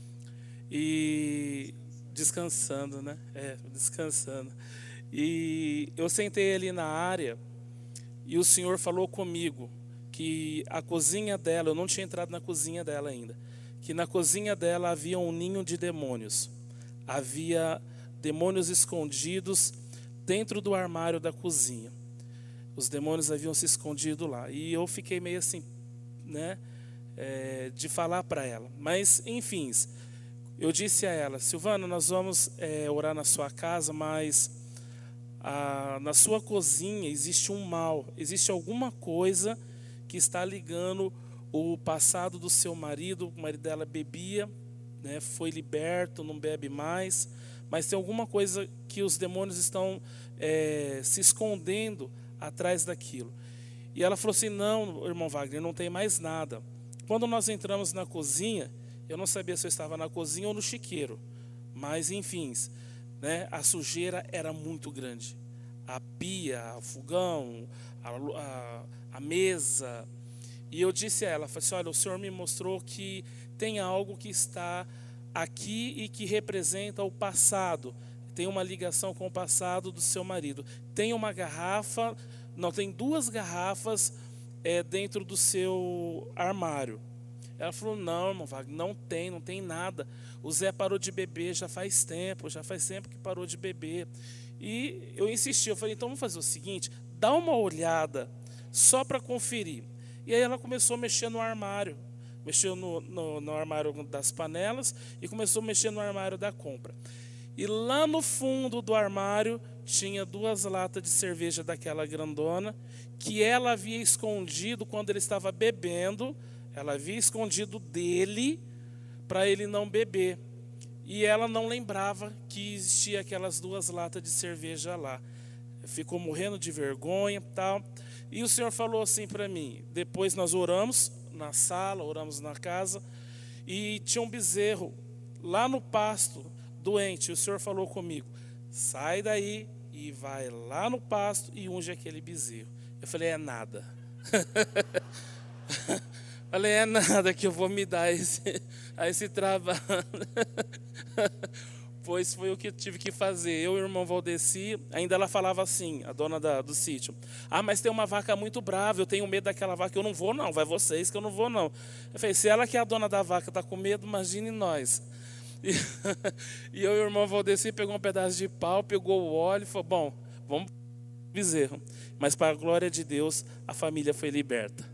e descansando, né? Descansando. E eu sentei ali na área, e o Senhor falou comigo que a cozinha dela, eu não tinha entrado na cozinha dela ainda, que na cozinha dela havia um ninho de demônios. Havia demônios escondidos dentro do armário da cozinha. Os demônios haviam se escondido lá. E eu fiquei meio assim, né, de falar para ela. Mas, enfim, eu disse a ela: Silvana, nós vamos orar na sua casa, mas na sua cozinha existe um mal, existe alguma coisa que está ligando o passado do seu marido. O marido dela bebia, né, foi liberto, não bebe mais, mas tem alguma coisa que os demônios estão se escondendo atrás daquilo. E ela falou assim: não, irmão Wagner, não tem mais nada. Quando nós entramos na cozinha, eu não sabia se eu estava na cozinha ou no chiqueiro, mas enfim, né, a sujeira era muito grande. A pia, o fogão, a mesa. E eu disse a ela, falei assim: olha, o Senhor me mostrou que tem algo que está aqui e que representa o passado. Tem uma ligação com o passado do seu marido. Tem uma garrafa, não, tem 2 garrafas dentro do seu armário. Ela falou: não, irmão Wagner, não tem nada. O Zé parou de beber já faz tempo que parou de beber. E eu insisti, eu falei: então vamos fazer o seguinte, dá uma olhada só para conferir. E aí ela começou a mexer no armário, mexeu no armário das panelas e começou a mexer no armário da compra. E lá no fundo do armário tinha 2 latas de cerveja daquela grandona, que ela havia escondido quando ele estava bebendo. Ela havia escondido dele para ele não beber. E ela não lembrava que existia aquelas 2 latas de cerveja lá. Ficou morrendo de vergonha e tal. E o Senhor falou assim para mim. Depois nós oramos na sala, oramos na casa. E tinha um bezerro lá no pasto, doente. E o Senhor falou comigo: sai daí e vai lá no pasto e unge aquele bezerro. Eu falei: é nada. Falei: é nada que eu vou me dar a esse trabalho. Pois foi o que eu tive que fazer. Eu e o irmão Valdeci, ainda ela falava assim, a dona do sítio: ah, mas tem uma vaca muito brava, eu tenho medo daquela vaca. Eu não vou não, vai vocês que eu não vou não. Eu falei: se ela que é a dona da vaca está com medo, imagine nós. E eu e o irmão Valdeci pegou um pedaço de pau, pegou o óleo e falou: bom, vamos bezerro. Mas para a glória de Deus, a família foi liberta.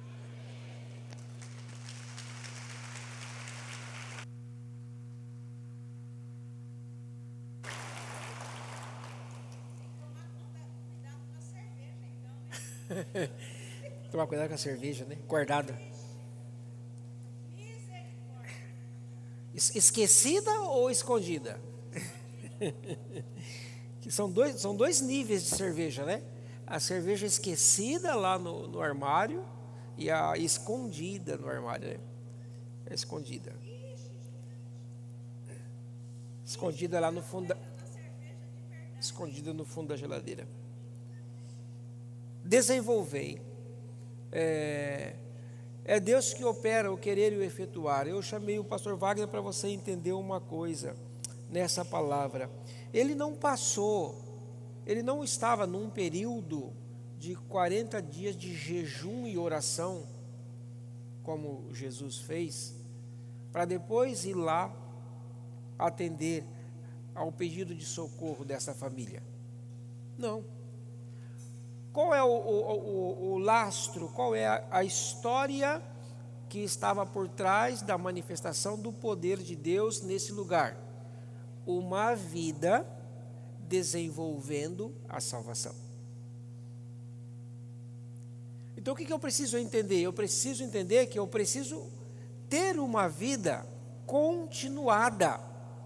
Tomar cuidado com a cerveja, né? Guardada. Esquecida ou escondida? Que são dois níveis de cerveja, né? A cerveja esquecida lá no armário e a escondida no armário, né? É escondida. Escondida lá no fundo escondida no fundo da geladeira. Desenvolvei. É Deus que opera o querer e o efetuar. Eu chamei o pastor Wagner para você entender uma coisa nessa palavra. Ele não estava num período de 40 dias de jejum e oração, como Jesus fez, para depois ir lá atender ao pedido de socorro dessa família. Não. Qual é o lastro, qual é a história que estava por trás da manifestação do poder de Deus nesse lugar? Uma vida desenvolvendo a salvação. Então o que eu preciso entender? Eu preciso entender que eu preciso ter uma vida continuada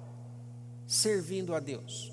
servindo a Deus,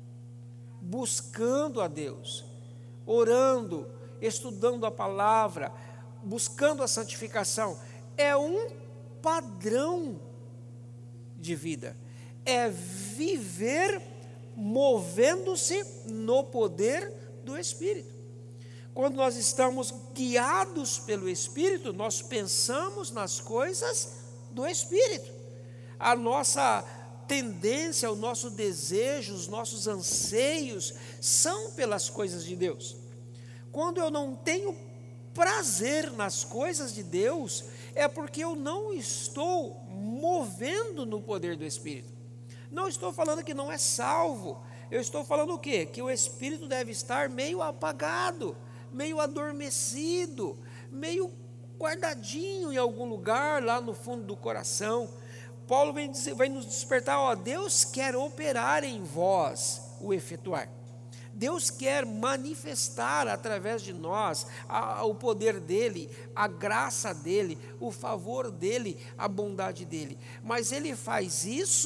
buscando a Deus, orando, estudando a palavra, buscando a santificação. É um padrão de vida, é viver movendo-se no poder do Espírito. Quando nós estamos guiados pelo Espírito, nós pensamos nas coisas do Espírito. A nossa tendência, o nosso desejo, os nossos anseios são pelas coisas de Deus. Quando eu não tenho prazer nas coisas de Deus, é porque eu não estou movendo no poder do Espírito. Não estou falando que não é salvo, eu estou falando o quê? Que o Espírito deve estar meio apagado, meio adormecido, meio guardadinho em algum lugar lá no fundo do coração. Paulo vai nos despertar, Deus quer operar em vós o efetuar. Deus quer manifestar através de nós o poder dele, a graça dele, o favor dele, a bondade dele. Mas ele faz isso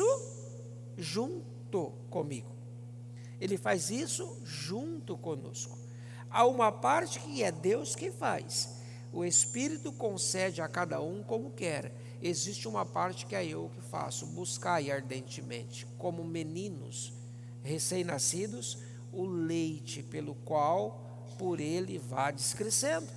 junto comigo. Ele faz isso junto conosco. Há uma parte que é Deus que faz. O Espírito concede a cada um como quer. Existe uma parte que é eu que faço, buscai ardentemente, como meninos recém-nascidos, o leite pelo qual por ele vades crescendo.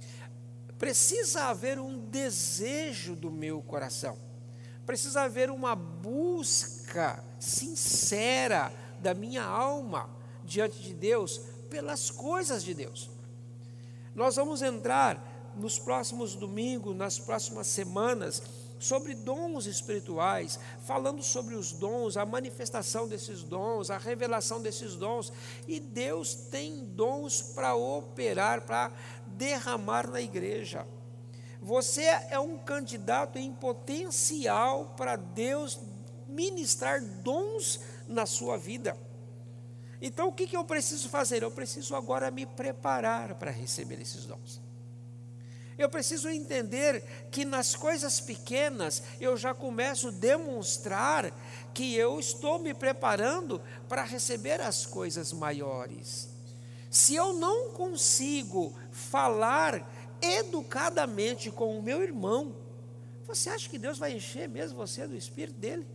Precisa haver um desejo do meu coração, precisa haver uma busca sincera da minha alma diante de Deus, pelas coisas de Deus. Nós vamos entrar nos próximos domingos, nas próximas semanas, sobre dons espirituais, falando sobre os dons, a manifestação desses dons, a revelação desses dons. E Deus tem dons para operar, para derramar na igreja. Você é um candidato em potencial para Deus ministrar dons na sua vida. Então o que eu preciso fazer? Eu preciso agora me preparar para receber esses dons. Eu preciso entender que nas coisas pequenas eu já começo a demonstrar que eu estou me preparando para receber as coisas maiores. Se eu não consigo falar educadamente com o meu irmão, você acha que Deus vai encher mesmo você do Espírito dele?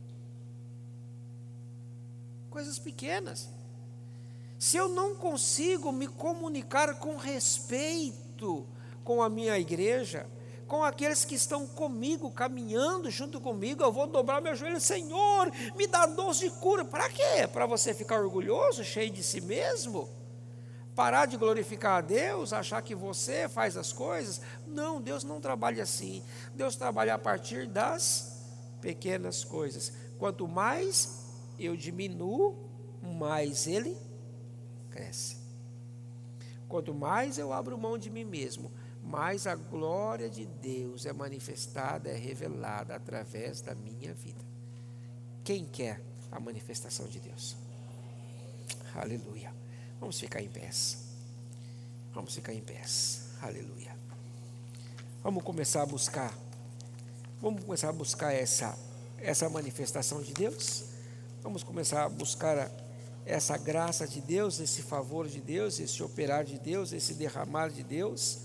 Coisas pequenas. Se eu não consigo me comunicar com respeito com a minha igreja, com aqueles que estão comigo, caminhando junto comigo, eu vou dobrar meu joelho: Senhor, me dá dons de cura. Para quê? Para você ficar orgulhoso, cheio de si mesmo? Parar de glorificar a Deus, achar que você faz as coisas? Não, Deus não trabalha assim. Deus trabalha a partir das pequenas coisas. Quanto mais eu diminuo, mais Ele cresce. Quanto mais eu abro mão de mim mesmo, mais a glória de Deus é manifestada, é revelada através da minha vida. Quem quer a manifestação de Deus? Aleluia. Vamos ficar em pés. Vamos ficar em pés. Aleluia. Vamos começar a buscar essa manifestação de Deus. Vamos começar a buscar essa graça de Deus, esse favor de Deus, esse operar de Deus, esse derramar de Deus.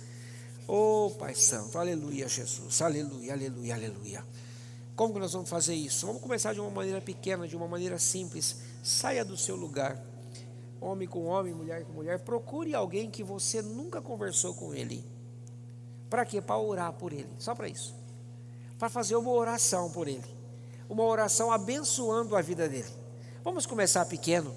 Oh, Pai Santo, aleluia, Jesus, aleluia, aleluia, aleluia. Como que nós vamos fazer isso? Vamos começar de uma maneira pequena, de uma maneira simples. Saia do seu lugar, homem com homem, mulher com mulher. Procure alguém que você nunca conversou com ele. Para quê? Para orar por ele, só para isso. Para fazer uma oração por ele, uma oração abençoando a vida dele. Vamos começar pequeno.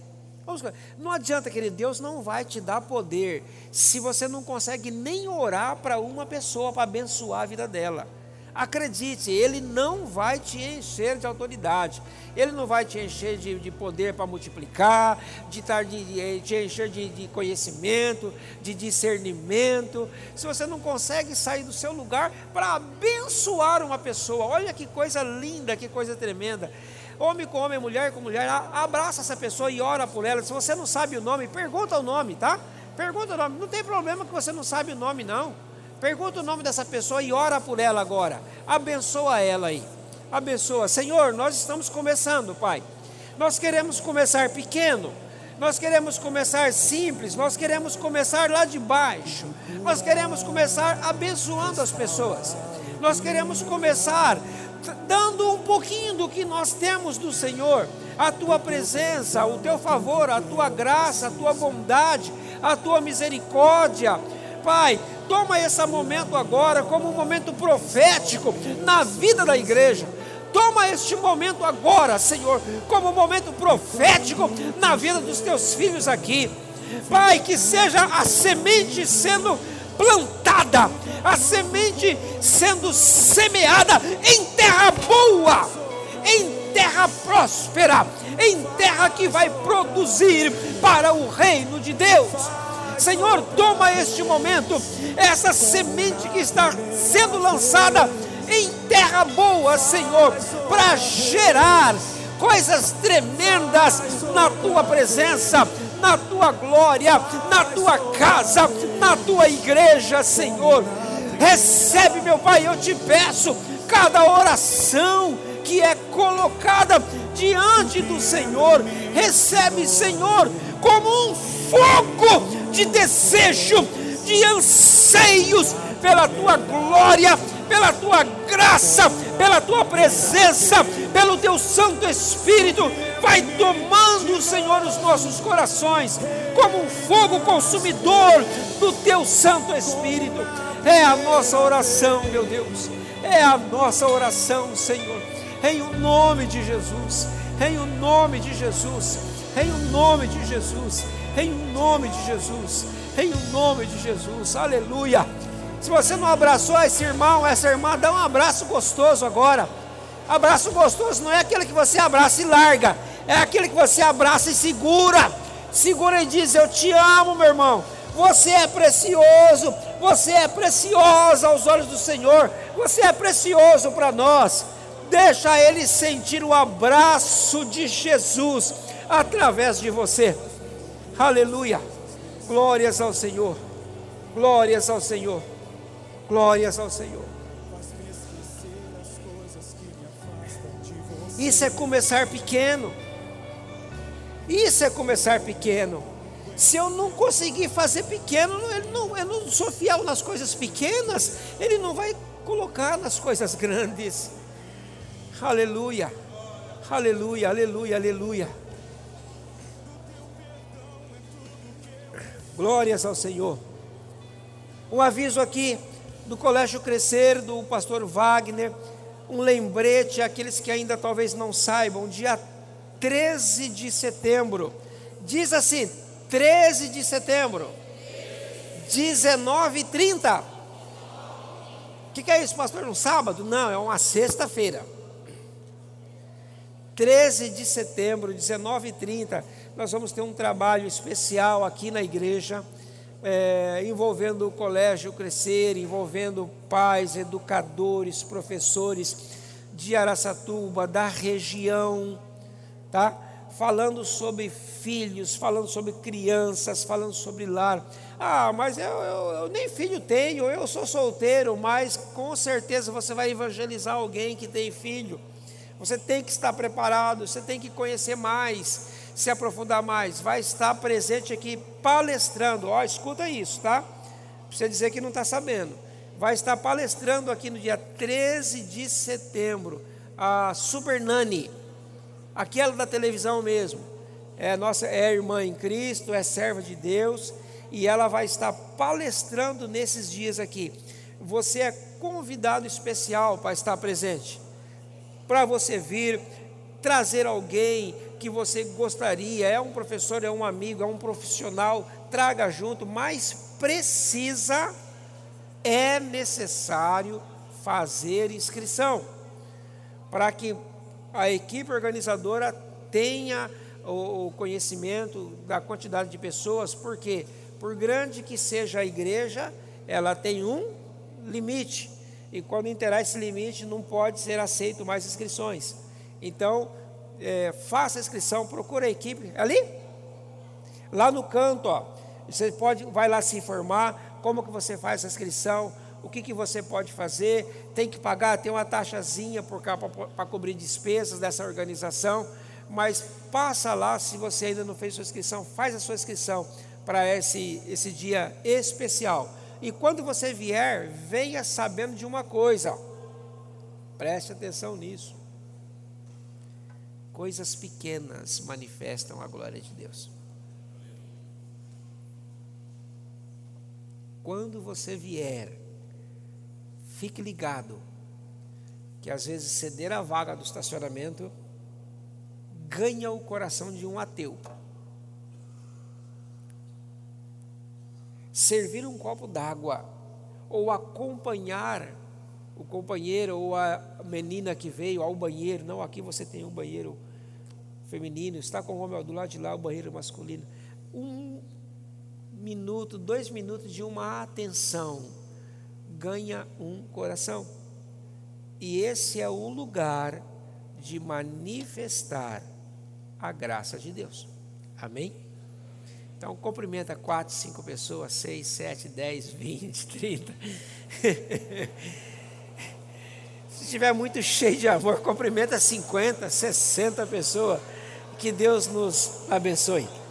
Não adianta, querido, Deus não vai te dar poder se você não consegue nem orar para uma pessoa para abençoar a vida dela. Acredite, Ele não vai te encher de autoridade, Ele não vai te encher de poder para multiplicar, te encher de conhecimento, de discernimento, se você não consegue sair do seu lugar para abençoar uma pessoa. Olha que coisa linda, que coisa tremenda. Homem com homem, mulher com mulher, abraça essa pessoa e ora por ela. Se você não sabe o nome, pergunta o nome, tá? Pergunta o nome, não tem problema que você não sabe o nome, não. Pergunta o nome dessa pessoa e ora por ela agora. Abençoa ela aí. Abençoa. Senhor, nós estamos começando, Pai. Nós queremos começar pequeno. Nós queremos começar simples. Nós queremos começar lá de baixo. Nós queremos começar abençoando as pessoas. Nós queremos começar dando um pouquinho do que nós temos do Senhor. A Tua presença, o Teu favor, a Tua graça, a Tua bondade, a Tua misericórdia. Pai, toma esse momento agora como um momento profético na vida da igreja. Toma este momento agora, Senhor, como um momento profético na vida dos Teus filhos aqui. Pai, que seja a semente sendo plantada, a semente sendo semeada em terra boa, em terra próspera, em terra que vai produzir para o reino de Deus. Senhor, toma este momento, essa semente que está sendo lançada em terra boa, Senhor, para gerar coisas tremendas na Tua presença, na Tua glória, na Tua casa, na Tua igreja, Senhor. Recebe, meu Pai, eu te peço, cada oração que é colocada diante do Senhor, recebe, Senhor, como um fogo de desejo, de anseios pela Tua glória, pela Tua graça, pela Tua presença, pelo Teu Santo Espírito. Vai tomando, Senhor, os nossos corações como um fogo consumidor do Teu Santo Espírito. É a nossa oração, meu Deus, é a nossa oração, Senhor, em o nome de Jesus, em o nome de Jesus, em o nome de Jesus, em o nome de Jesus, em o nome de Jesus, aleluia. Se você não abraçou esse irmão, essa irmã, dá um abraço gostoso agora. Abraço gostoso não é aquele que você abraça e larga, é aquele que você abraça e segura e diz: eu te amo, meu irmão, você é precioso, você é preciosa aos olhos do Senhor, você é precioso para nós. Deixa ele sentir o abraço de Jesus através de você. Aleluia. Glórias ao Senhor. Glórias ao Senhor. Glórias ao Senhor. Isso é começar pequeno. Isso é começar pequeno. Se eu não conseguir fazer pequeno, eu não sou fiel nas coisas pequenas, Ele não vai colocar nas coisas grandes. Aleluia, aleluia, aleluia, aleluia. Glórias ao Senhor. Um aviso aqui do Colégio Crescer, do pastor Wagner, um lembrete àqueles que ainda talvez não saibam, dia 13 de setembro, diz assim, 13 de setembro, 19h30. O que é isso, pastor? Um sábado? Não, é uma sexta-feira. 13 de setembro, 19h30, nós vamos ter um trabalho especial aqui na igreja, envolvendo o Colégio Crescer, envolvendo pais, educadores, professores de Araçatuba, da região, tá? Falando sobre filhos, falando sobre crianças, falando sobre lar. Mas eu nem filho tenho, eu sou solteiro, mas com certeza você vai evangelizar alguém que tem filho. Você tem que estar preparado, você tem que conhecer mais, se aprofundar mais. Vai estar presente aqui palestrando, escuta isso, tá? Pra você dizer que não está sabendo. Vai estar palestrando aqui no dia 13 de setembro, a Super Nani, aquela da televisão mesmo, é irmã em Cristo, é serva de Deus, e ela vai estar palestrando nesses dias aqui. Você é convidado especial para estar presente, para você vir, trazer alguém que você gostaria, é um professor, é um amigo, é um profissional, traga junto, mas é necessário fazer inscrição, para que a equipe organizadora tenha o conhecimento da quantidade de pessoas, porque por grande que seja a igreja, ela tem um limite, e quando interar esse limite, não pode ser aceito mais inscrições. Então, faça a inscrição, procura a equipe, ali, lá no canto, você vai lá se informar, como que você faz a inscrição, o que você pode fazer, tem que pagar, tem uma taxazinha para cobrir despesas dessa organização, mas passa lá, se você ainda não fez sua inscrição, faz a sua inscrição para esse dia especial. E quando você vier, venha sabendo de uma coisa, preste atenção nisso, coisas pequenas manifestam a glória de Deus. Quando você vier, fique ligado, que às vezes ceder a vaga do estacionamento ganha o coração de um ateu. Servir um copo d'água, ou acompanhar o companheiro ou a menina que veio ao banheiro, não, aqui você tem um banheiro feminino, está com o homem do lado de lá, o banheiro masculino, 1 minuto, 2 minutos de uma atenção, ganha um coração, e esse é o lugar de manifestar a graça de Deus, amém? Então cumprimenta 4, 5 pessoas, 6, 7, 10, 20, 30, se estiver muito cheio de amor, cumprimenta 50, 60 pessoas, que Deus nos abençoe.